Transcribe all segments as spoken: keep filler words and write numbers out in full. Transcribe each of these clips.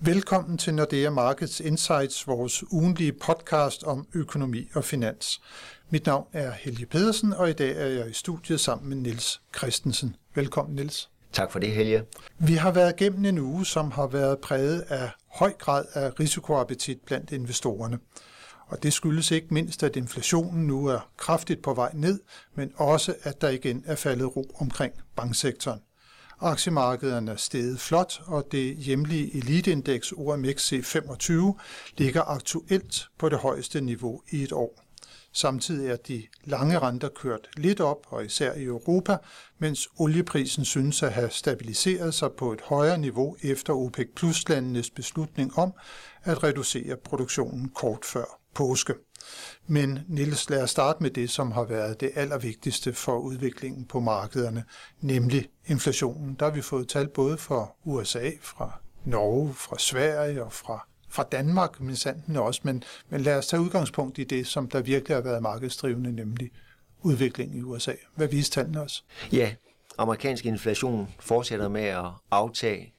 Velkommen til Nordea Markets Insights, vores ugentlige podcast om økonomi og finans. Mit navn er Helge Pedersen, og i dag er jeg i studiet sammen med Niels Christensen. Velkommen, Niels. Tak for det, Helge. Vi har været gennem en uge, som har været præget af høj grad af risikoappetit blandt investorerne. Og det skyldes ikke mindst, at inflationen nu er kraftigt på vej ned, men også, at der igen er faldet ro omkring banksektoren. Aktiemarkederne er steget flot, og det hjemlige eliteindeks O M X C femogtyve ligger aktuelt på det højeste niveau i et år. Samtidig er de lange renter kørt lidt op, og især i Europa, mens olieprisen synes at have stabiliseret sig på et højere niveau efter OPEC plus-landenes beslutning om at reducere produktionen kort før påske. Men Niels, lad os starte med det, som har været det allervigtigste for udviklingen på markederne, nemlig inflationen. Der har vi fået tal både fra U S A, fra Norge, fra Sverige og fra, fra Danmark, men sanden også. Men, men lad os tage udgangspunkt i det, som der virkelig har været markedsdrivende, nemlig udviklingen i U S A. Hvad viste tallene os? Ja, amerikansk inflation fortsætter med at aftage.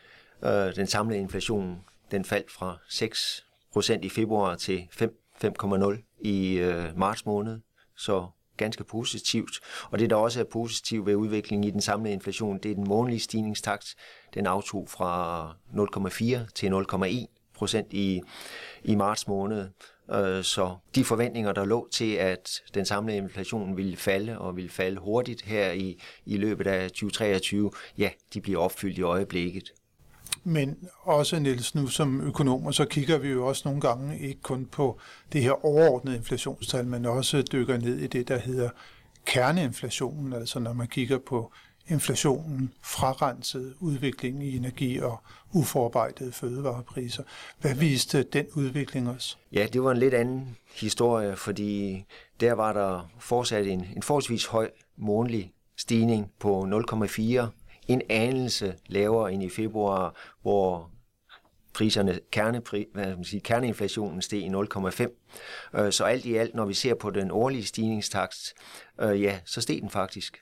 Øh, den samlede inflation den faldt fra seks procent i februar til fem komma nul i øh, marts måned, så ganske positivt. Og det, der også er positivt ved udviklingen i den samlede inflation, det er den månedlige stigningstakt. Den aftog fra nul komma fire til nul komma en procent i, i marts måned. Øh, så de forventninger, der lå til, at den samlede inflation ville falde, og ville falde hurtigt her i, i løbet af tyve treogtyve, ja, de bliver opfyldt i øjeblikket. Men også, Niels, nu som økonomer, så kigger vi jo også nogle gange ikke kun på det her overordnede inflationstal, men også dykker ned i det, der hedder kerneinflationen, altså når man kigger på inflationen, frarenset udviklingen i energi og uforarbejdede fødevarepriser. Hvad viste den udvikling også? Ja, det var en lidt anden historie, fordi der var der fortsat en, en forholdsvis høj månedlig stigning på nul komma fire, en anelse lavere end i februar, hvor priserne, kernepri, hvad skal man sige, kerneinflationen steg i nul komma fem. Så alt i alt, når vi ser på den årlige stigningstakt, ja, så steg den faktisk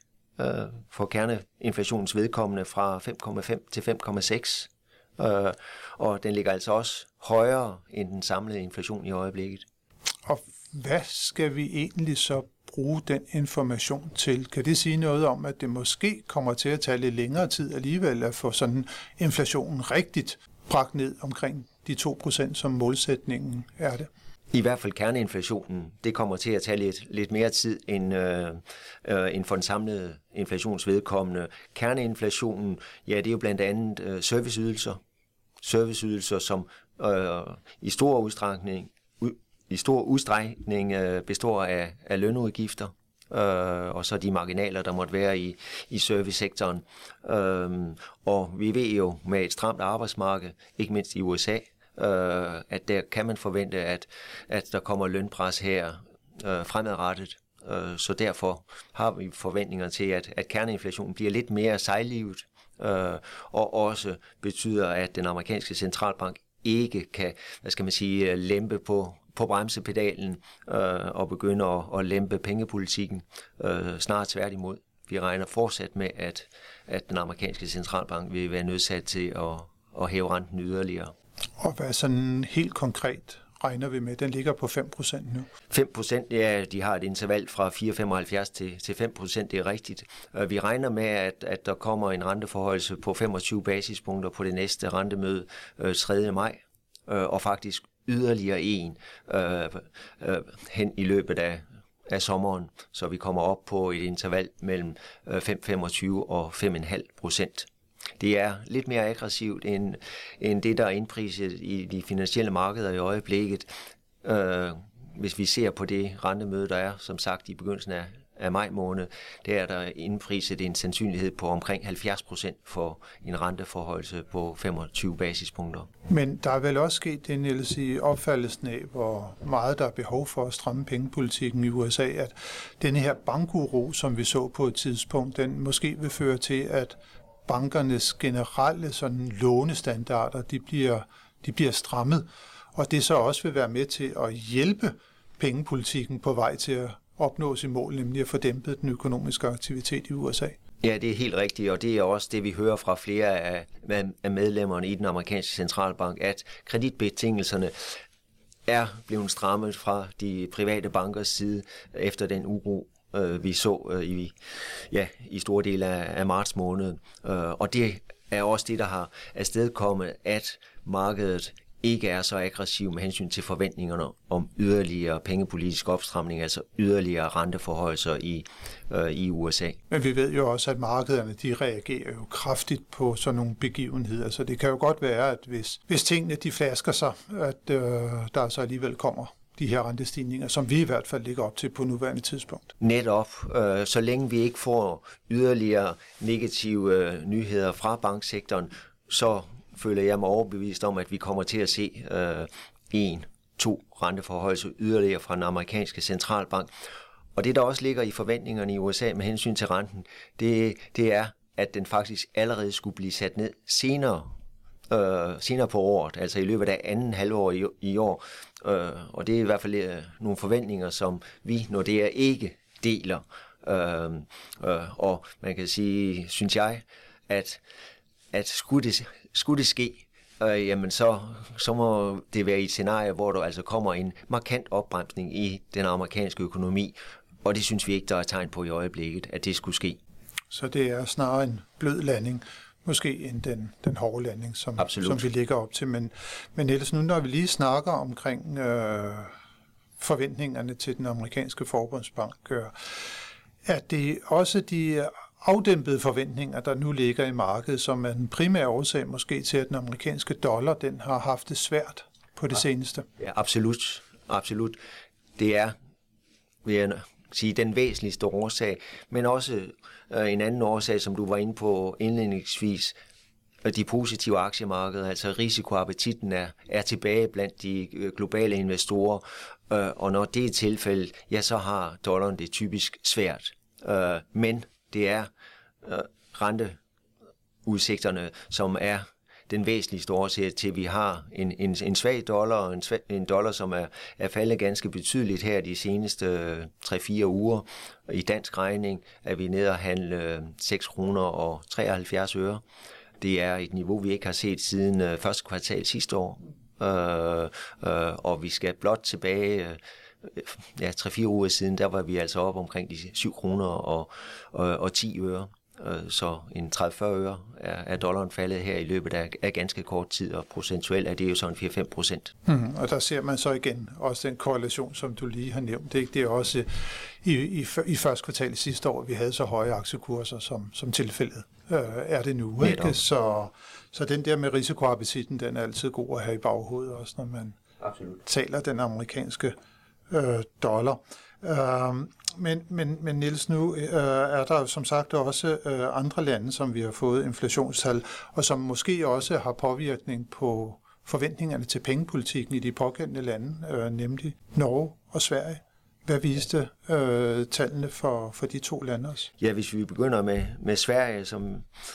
for kerneinflationens vedkommende fra fem komma fem til fem komma seks. Og den ligger altså også højere end den samlede inflation i øjeblikket. Og hvad skal vi egentlig så bruge den information til? Kan det sige noget om, at det måske kommer til at tage lidt længere tid alligevel at få sådan inflationen rigtigt bragt ned omkring de to procent, som målsætningen er det? I hvert fald kerneinflationen, det kommer til at tage lidt, lidt mere tid end, øh, øh, end for den samlede inflationsvedkommende. Kerneinflationen, ja, det er jo blandt andet øh, serviceydelser. Serviceydelser, som øh, i stor udstrækning i stor udstrækning øh, består af, af lønudgifter, øh, og så de marginaler, der måtte være i, i servicesektoren. Øh, og vi ved jo med et stramt arbejdsmarked, ikke mindst i U S A, øh, at der kan man forvente, at, at der kommer lønpres her øh, fremadrettet. Øh, så derfor har vi forventninger til, at, at kerneinflationen bliver lidt mere sejlivet, øh, og også betyder, at den amerikanske centralbank ikke kan, hvad skal man sige, lempe på på bremsepedalen øh, og begynde at, at lempe pengepolitikken. Øh, snart tværtimod. Vi regner fortsat med, at, at den amerikanske centralbank vil være nødsat til at, at hæve renten yderligere. Og hvad sådan helt konkret regner vi med? Den ligger på fem procent nu. fem procent, ja, de har et interval fra fire komma femoghalvfjerds til, til fem procent, det er rigtigt. Vi regner med, at, at der kommer en renteforhøjelse på femogtyve basispunkter på det næste rentemøde øh, tredje maj, øh, og faktisk yderligere en øh, øh, hen i løbet af, af sommeren, så vi kommer op på et interval mellem øh, fem komma femogtyve og fem komma fem procent. Det er lidt mere aggressivt end, end det, der er indpriset i de finansielle markeder i øjeblikket. Øh, hvis vi ser på det rentemøde, der er, som sagt, i begyndelsen af af maj måned, der er der indpriset en sandsynlighed på omkring halvfjerds procent for en renteforhøjelse på femogtyve basispunkter. Men der er vel også sket det, Niels, i opfattelsen af, hvor meget der er behov for at stramme pengepolitikken i U S A, at denne her bankuro, som vi så på et tidspunkt, den måske vil føre til, at bankernes generelle sådan lånestandarder, de bliver, de bliver strammet, og det så også vil være med til at hjælpe pengepolitikken på vej til at opnå sit mål, nemlig at få dæmpet den økonomiske aktivitet i U S A. Ja, det er helt rigtigt, og det er også det, vi hører fra flere af, af medlemmerne i den amerikanske centralbank, at kreditbetingelserne er blevet strammet fra de private bankers side efter den uro, øh, vi så øh, i, ja, i store dele af, af marts måned. Øh, og det er også det, der har afstedkommet, at markedet ikke er så aggressiv med hensyn til forventningerne om yderligere pengepolitisk opstramning, altså yderligere renteforhøjelser i, øh, i U S A. Men vi ved jo også, at markederne de reagerer jo kraftigt på sådan nogle begivenheder, så det kan jo godt være, at hvis, hvis tingene de flasker sig, at øh, der så alligevel kommer de her rentestigninger, som vi i hvert fald ligger op til på nuværende tidspunkt. Netop, øh, så længe vi ikke får yderligere negative øh, nyheder fra banksektoren, så føler jeg mig overbevist om, at vi kommer til at se øh, en, to renteforhøjelser yderligere fra den amerikanske centralbank. Og det, der også ligger i forventningerne i U S A med hensyn til renten, det, det er, at den faktisk allerede skulle blive sat ned senere, øh, senere på året, altså i løbet af anden halvår i, i år. Øh, og det er i hvert fald øh, nogle forventninger, som vi, når det er ikke deler. Øh, øh, og man kan sige, synes jeg, at, at skulle det Skulle det ske, øh, jamen så, så må det være i et scenarie, hvor der altså kommer en markant opbremsning i den amerikanske økonomi, og det synes vi ikke, der er tegn på i øjeblikket, at det skulle ske. Så det er snarere en blød landing, måske end den, den hårde landing, som, som vi ligger op til. Men, men Niels, nu når vi lige snakker omkring øh, forventningerne til den amerikanske forbundsbank, øh, er det også de afdæmpede forventninger, der nu ligger i markedet, som er den primære årsag måske til, at den amerikanske dollar, den har haft det svært på det seneste? Ja, absolut. Absolut. Det er, vil jeg sige, den væsentligste årsag, men også øh, en anden årsag, som du var inde på indledningsvis, de positive aktiemarkeder, altså risikoappetitten er, er tilbage blandt de globale investorer, øh, og når det er tilfældet, ja, så har dollaren det typisk svært. Øh, men det er øh, renteudsigterne, som er den væsentligste årsag til, at vi har en, en, en svag dollar, og en, svag, en dollar, som er, er faldet ganske betydeligt her de seneste tre fire uger. I dansk regning er vi nede at handle seks kroner og treoghalvfjerds øre. Det er et niveau, vi ikke har set siden øh, første kvartal sidste år, øh, øh, og vi skal blot tilbage. Øh, Ja, tre fire uger siden, der var vi altså op omkring de syv kroner og, og, og ti øre. Så en tredive til fyrre øre er, er dollaren faldet her i løbet af, af ganske kort tid, og procentuelt er det jo sådan fire til fem procent. Hmm, og der ser man så igen også den korrelation, som du lige har nævnt. Det, det er også i, i, i første kvartal sidste år, vi havde så høje aktiekurser, som, som tilfældet øh, er det nu. Ikke? Så, så den der med risikoappetitten, den er altid god at have i baghovedet, også når man Absolut. taler den amerikanske øh, dollar. Øh, men, men, men Niels, nu øh, er der som sagt også øh, andre lande, som vi har fået inflationstal, og som måske også har påvirkning på forventningerne til pengepolitikken i de pågældende lande, øh, nemlig Norge og Sverige. Hvad viste øh, tallene for, for de to lande også? Ja, hvis vi begynder med, med Sverige, som,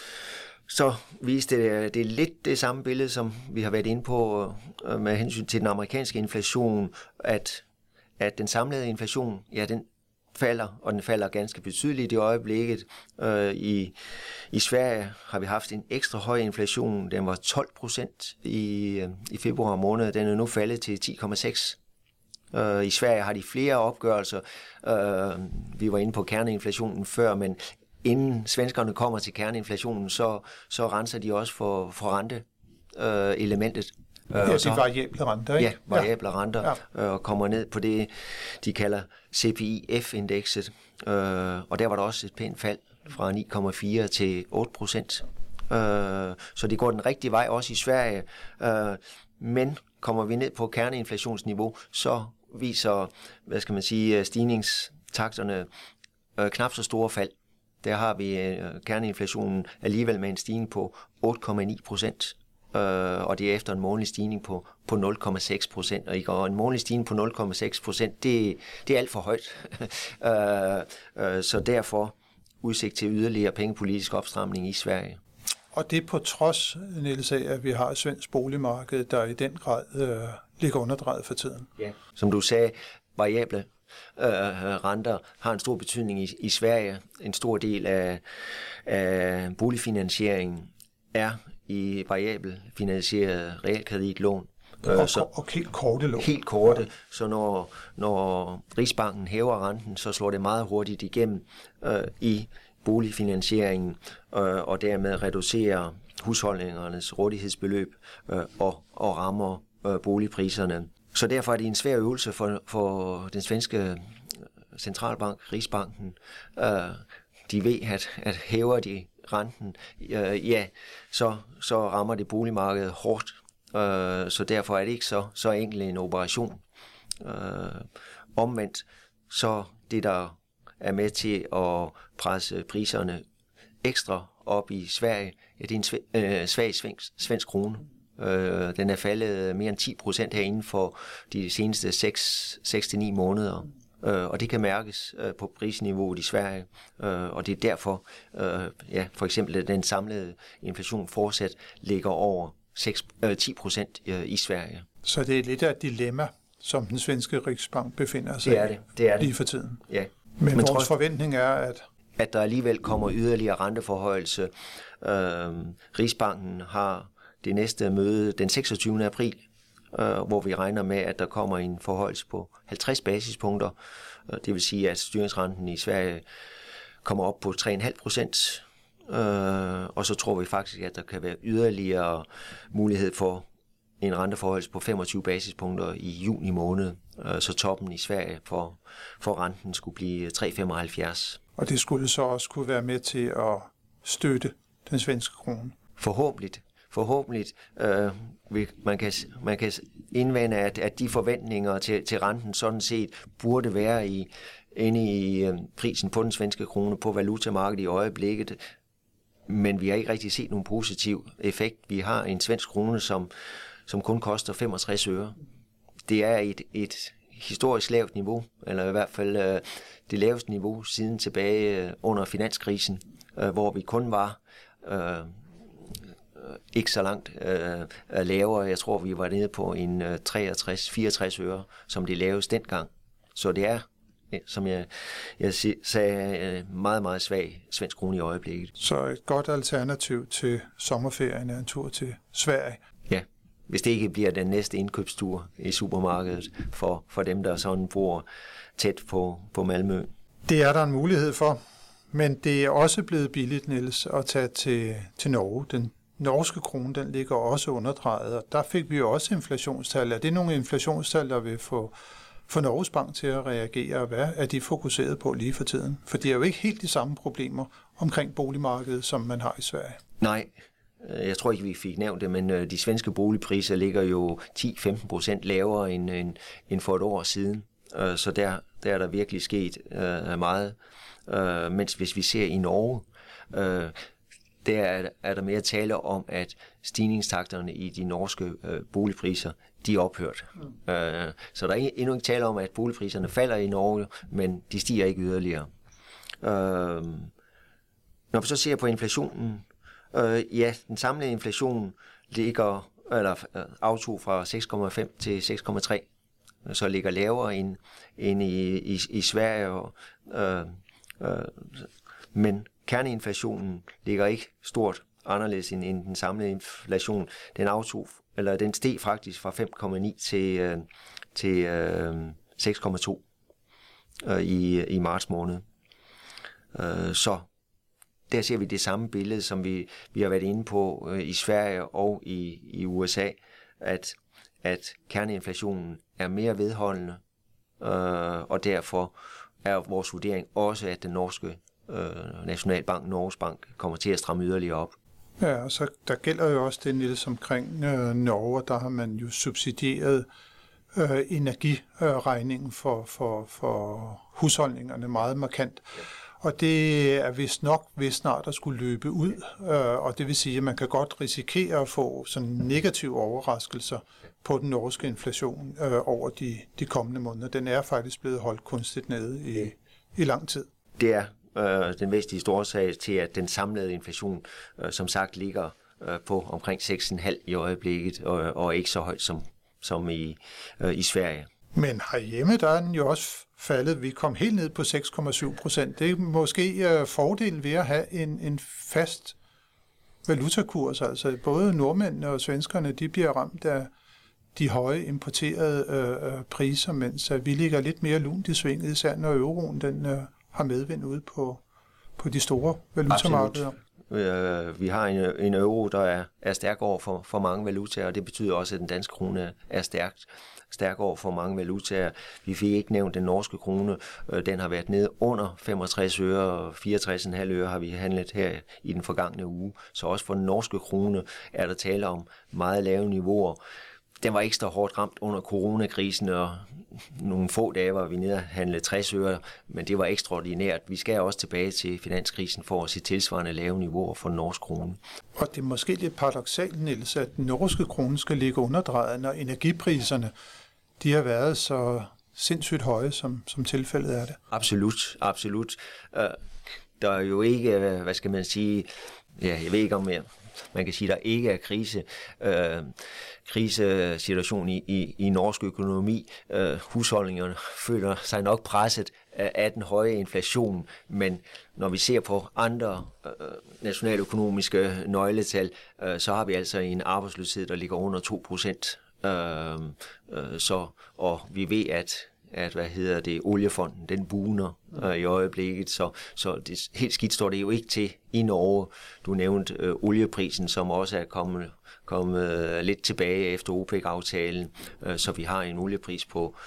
så viste det, det er lidt det samme billede, som vi har været inde på øh, med hensyn til den amerikanske inflation, at, at den samlede inflation, ja, den falder, og den falder ganske betydeligt i øjeblikket. Øh, i, I Sverige har vi haft en ekstra høj inflation. Den var tolv procent i, i februar måned. Den er nu faldet til ti komma seks. Øh, I Sverige har de flere opgørelser. Øh, vi var inde på kerneinflationen før, men inden svenskerne kommer til kerneinflationen, så, så renser de også for, for renteelementet. Øh, Ja, de variable renter, ikke? Ja, variable ja. renter, ja. Og kommer ned på det, de kalder C P I F-indekset. Og der var der også et pænt fald fra ni komma fire til otte procent. Så det går den rigtige vej også i Sverige. Men kommer vi ned på kerneinflationsniveau, så viser, hvad skal man sige, stigningstakterne knap så store fald. Der har vi kerneinflationen alligevel med en stigning på otte komma ni procent. Uh, og det er efter en månedlig stigning på, på nul komma seks procent. Og, og en månedlig stigning på nul komma seks procent, det, det er alt for højt. uh, uh, så derfor udsigt til yderligere pengepolitisk opstramning i Sverige. Og det er på trods, Niels, af, at vi har et svensk boligmarked, der i den grad uh, ligger underdrejet for tiden. Ja. Som du sagde, variable øh, renter har en stor betydning i, i Sverige. En stor del af, af boligfinansieringen er i variabel finansieret realkreditlån. Og, så, og helt korte lån. Helt korte, så når, når Rigsbanken hæver renten, så slår det meget hurtigt igennem øh, i boligfinansieringen, øh, og dermed reducerer husholdningernes rådighedsbeløb øh, og, og rammer øh, boligpriserne. Så derfor er det en svær øvelse for, for den svenske centralbank, Rigsbanken. Øh, de ved, at, at hæver de renten, øh, ja, så, så rammer det boligmarkedet hårdt. Øh, så derfor er det ikke så, så enkel en operation. Øh, omvendt, så det, der er med til at presse priserne ekstra op i Sverige, ja, det er en sv- øh, svag svensk, svensk krone. Øh, den er faldet mere end ti procent her inden for de seneste seks til ni måneder. Øh, og det kan mærkes øh, på prisniveauet i Sverige, øh, og det er derfor, øh, ja, for eksempel, at den samlede inflation fortsat ligger over seks, øh, ti procent øh, i Sverige. Så det er lidt af et dilemma, som den svenske Riksbank befinder sig det er det. Det er det. lige for tiden. Ja. Men, Men vores trods, forventning er, at... at der alligevel kommer yderligere renteforhøjelse. Øh, Rigsbanken har det næste møde den seksogtyvende april, øh, hvor vi regner med, at der kommer en forhøjelse på halvtreds basispunkter. Det vil sige, at styringsrenten i Sverige kommer op på tre komma fem procent. Øh, og så tror vi faktisk, at der kan være yderligere mulighed for en renteforhøjelse på femogtyve basispunkter i juni måned. Øh, så toppen i Sverige for, for renten skulle blive tre komma femoghalvfjerds. Og det skulle så også kunne være med til at støtte den svenske krone? Forhåbentlig. Forhåbentlig. Øh, man, kan, man kan indvende, at, at de forventninger til, til renten sådan set burde være i, inde i øh, prisen på den svenske krone på valutamarkedet i øjeblikket. Men vi har ikke rigtig set nogen positiv effekt. Vi har en svensk krone, som, som kun koster femogtres øre. Det er et, et historisk lavt niveau, eller i hvert fald øh, det laveste niveau siden tilbage øh, under finanskrisen, øh, hvor vi kun var øh, ikke så langt øh, lavere. Jeg tror, vi var nede på en øh, treogtres til fireogtres øre, som det laveste dengang. Så det er, som jeg, jeg sagde, meget, meget svag svensk krone i øjeblikket. Så et godt alternativ til sommerferien er en tur til Sverige. Ja, hvis det ikke bliver den næste indkøbstur i supermarkedet for, for dem, der sådan bor tæt på, på Malmø. Det er der en mulighed for, men det er også blevet billigt, Niels, at tage til, til Norge. Den norske krone, den ligger også underdrejet, og der fik vi jo også inflationstal. Er det nogle inflationstal, der vil få for Norges Bank til at reagere, og hvad er de fokuseret på lige for tiden? For de er jo ikke helt de samme problemer omkring boligmarkedet, som man har i Sverige. Nej, jeg tror ikke, vi fik nævnt det, men de svenske boligpriser ligger jo ti til femten procent lavere end, end, end for et år siden. Så der, der er der virkelig sket meget. Mens hvis vi ser i Norge, der er, er der mere tale om, at stigningstakterne i de norske øh, boligpriser, de er ophørt. Mm. Øh, så der er endnu ikke tale om, at boligpriserne falder i Norge, men de stiger ikke yderligere. Øh, når vi så ser på inflationen, øh, ja, den samlede inflation ligger, eller øh, aftog fra seks komma fem til seks komma tre, så ligger lavere end, end i, i, i Sverige. Og, øh, øh, men kerneinflationen ligger ikke stort anderledes end, end den samlede inflation. Den aftog, eller den steg faktisk fra fem komma ni til, øh, til øh, seks komma to øh, i, i marts måned. Øh, så der ser vi det samme billede, som vi, vi har været inde på øh, i Sverige og i, i U S A, at, at kerneinflationen er mere vedholdende, øh, og derfor er vores vurdering også, at den norske øh, Nationalbank, Norges Bank, kommer til at stramme yderligere op. Ja, så der gælder jo også det Niels omkring øh, Norge, der har man jo subsidieret øh, energiregningen for, for, for husholdningerne meget markant. Ja. Og det er vist nok vist snart at skulle løbe ud, øh, og det vil sige, at man kan godt risikere at få sådan negative overraskelser på den norske inflation øh, over de, de kommende måneder. Den er faktisk blevet holdt kunstigt nede i, i lang tid. Det er øh, den væsentligste årsag til, at den samlede inflation, øh, som sagt, ligger øh, på omkring seks komma fem i øjeblikket, og, og ikke så højt som, som i, øh, i Sverige. Men herhjemme, der er den jo også faldet. Vi kom helt ned på seks komma syv procent. Det er måske uh, fordelen ved at have en, en fast valutakurs. Altså både nordmændene og svenskerne, de bliver ramt af de høje importerede øh, priser, mens vi ligger lidt mere lunt i svinget, især når euroen den, øh, har medvind ude på, på de store valutamarkeder. Øh, vi har en, en euro, der er, er stærk over for, for mange valutaer, og det betyder også, at den danske krone er stærkt. stærk over for mange valutaer. Vi fik ikke nævnt den norske krone. Den har været nede under femogtres øre, og fireogtres komma fem øre har vi handlet her i den forgangne uge. Så også for den norske krone er der tale om meget lave niveauer. Den var ekstra hårdt ramt under coronakrisen, og nogle få dage var vi nede og handlede tres øre, men det var ekstraordinært. Vi skal også tilbage til finanskrisen for at se tilsvarende lave niveauer for den norske krone. Og det er måske lidt paradoksalt, Niels, at den norske krone skal ligge underdrejet, når energipriserne de har været så sindssygt høje, som, som tilfældet er det. Absolut, absolut. Der er jo ikke, hvad skal man sige, ja, jeg ved ikke om jeg, man kan sige, der ikke er krise, øh, krisesituation i, i, i norsk økonomi. Øh, husholdningerne føler sig nok presset af, af den høje inflation, men når vi ser på andre øh, nationaløkonomiske nøgletal, øh, så har vi altså en arbejdsløshed, der ligger under to procent. Øh, øh, så, og vi ved, at at, hvad hedder det, oliefonden, den buner øh, i øjeblikket, så, så det, helt skidt står det jo ikke til i Norge. Du nævnte øh, olieprisen, som også er kommet, kommet lidt tilbage efter OPEC-aftalen, øh, så vi har en oliepris på,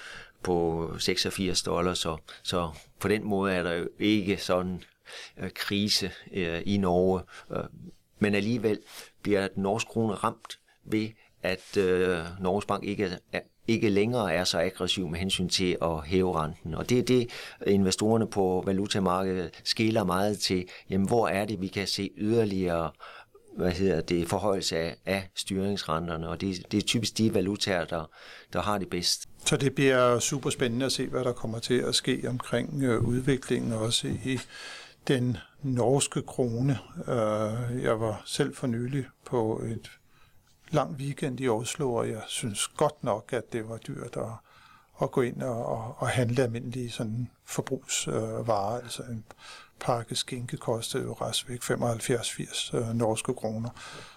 på seksogfirs dollar, så, så på den måde er der jo ikke sådan øh, krise øh, i Norge, øh, men alligevel bliver den norske krone ramt ved, at øh, Norges Bank ikke er ikke længere er så aggressiv med hensyn til at hæve renten. Og det er det, investorerne på valutamarkedet skiller meget til. Jamen, hvor er det, vi kan se yderligere hvad hedder det, forhøjelse af, af styringsrenterne, og det, det er typisk de valutaer, der, der har det bedst. Så det bliver super spændende at se, hvad der kommer til at ske omkring øh, udviklingen, også i den norske krone. Øh, jeg var selv for nylig på et lang weekend i Oslo, og jeg synes godt nok, at det var dyrt at, at gå ind og, og, og handle almindelige sådan forbrugsvarer. Øh, altså en pakke skinke kostede jo restvæk femoghalvfjerds til firs øh, norske kroner.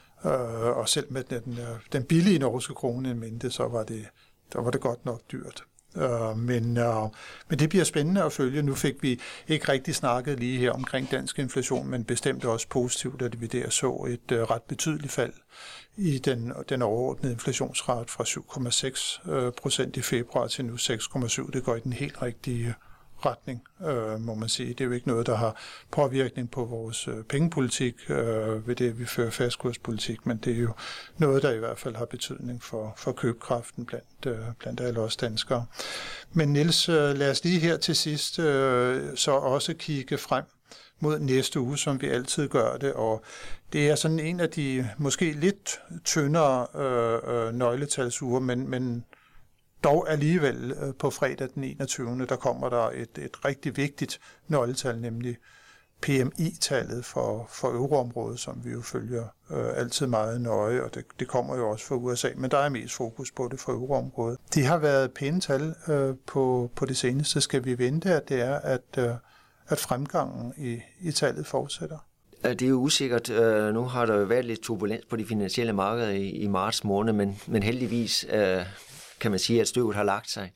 Øh, og selv med den, den billige norske krone i mente, så var det, der var det godt nok dyrt. Uh, men, uh, men det bliver spændende at følge. Nu fik vi ikke rigtig snakket lige her omkring dansk inflation, men bestemt også positivt, at vi der så et uh, ret betydeligt fald i den, den overordnede inflationsrate fra syv komma seks procent i februar til nu seks komma syv. Det går i den helt rigtige retning, øh, må man sige. Det er jo ikke noget, der har påvirkning på vores øh, pengepolitik øh, ved det, vi fører fastkurspolitik, men det er jo noget, der i hvert fald har betydning for, for købekraften blandt, øh, blandt alle os danskere. Men Niels, øh, lad os lige her til sidst øh, så også kigge frem mod næste uge, som vi altid gør det, og det er sådan en af de måske lidt tyndere øh, øh, nøgletalsuger, men, men dog alligevel på fredag den enogtyvende der kommer der et, et rigtig vigtigt nøgletal, nemlig P M I-tallet for, for euroområdet, som vi jo følger øh, altid meget nøje, og det, det kommer jo også fra U S A, men der er mest fokus på det for euroområdet. De har været pæne tal øh, på, på det seneste. Skal vi vente, at det er, at, øh, at fremgangen i, i tallet fortsætter? Det er jo usikkert. Nu har der jo været lidt turbulens på de finansielle markeder i, i marts måned, men, men heldigvis øh, kan man sige, at støvet har lagt sig.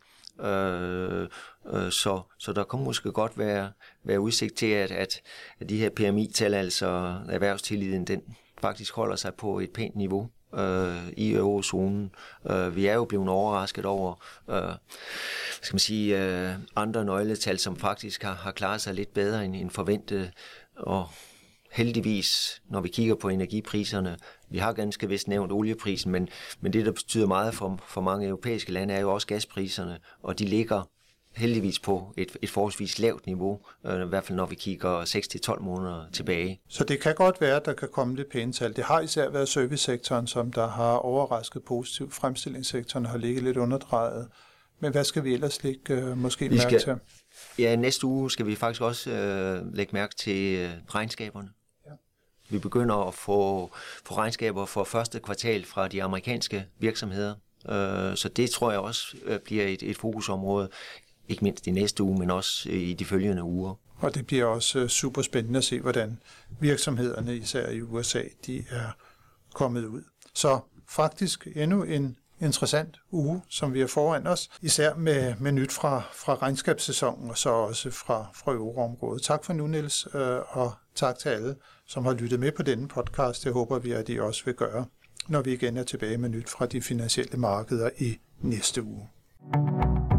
Øh, øh, så, så der kan måske godt være, være udsigt til, at, at de her P M I-tal, altså erhvervstilliden, den faktisk holder sig på et pænt niveau øh, i eurozonen. Øh, vi er jo blevet overrasket over øh, skal man sige, øh, andre nøgletal, som faktisk har, har klaret sig lidt bedre end, end forventet, og heldigvis, når vi kigger på energipriserne, vi har ganske vist nævnt olieprisen, men, men det, der betyder meget for, for mange europæiske lande, er jo også gaspriserne, og de ligger heldigvis på et, et forholdsvis lavt niveau, øh, i hvert fald når vi kigger seks til tolv måneder tilbage. Så det kan godt være, at der kan komme lidt pæne tal. Det har især været servicesektoren, som der har overrasket positivt. Fremstillingssektoren har ligget lidt underdrejet. Men hvad skal vi ellers lægge øh, måske vi mærke skal, til? Ja, næste uge skal vi faktisk også øh, lægge mærke til øh, regnskaberne. Vi begynder at få, få regnskaber for første kvartal fra de amerikanske virksomheder, Så det tror jeg også bliver et, et fokusområde, ikke mindst i næste uge, men også i de følgende uger. Og det bliver også super spændende at se, hvordan virksomhederne, især i U S A, de er kommet ud. Så faktisk endnu en interessant uge, som vi har foran os, især med, med nyt fra, fra regnskabssæsonen og så også fra, fra euroområdet. Tak for nu, Niels, og tak til alle, som har lyttet med på denne podcast. Det håber vi, at I også vil gøre, når vi igen er tilbage med nyt fra de finansielle markeder i næste uge.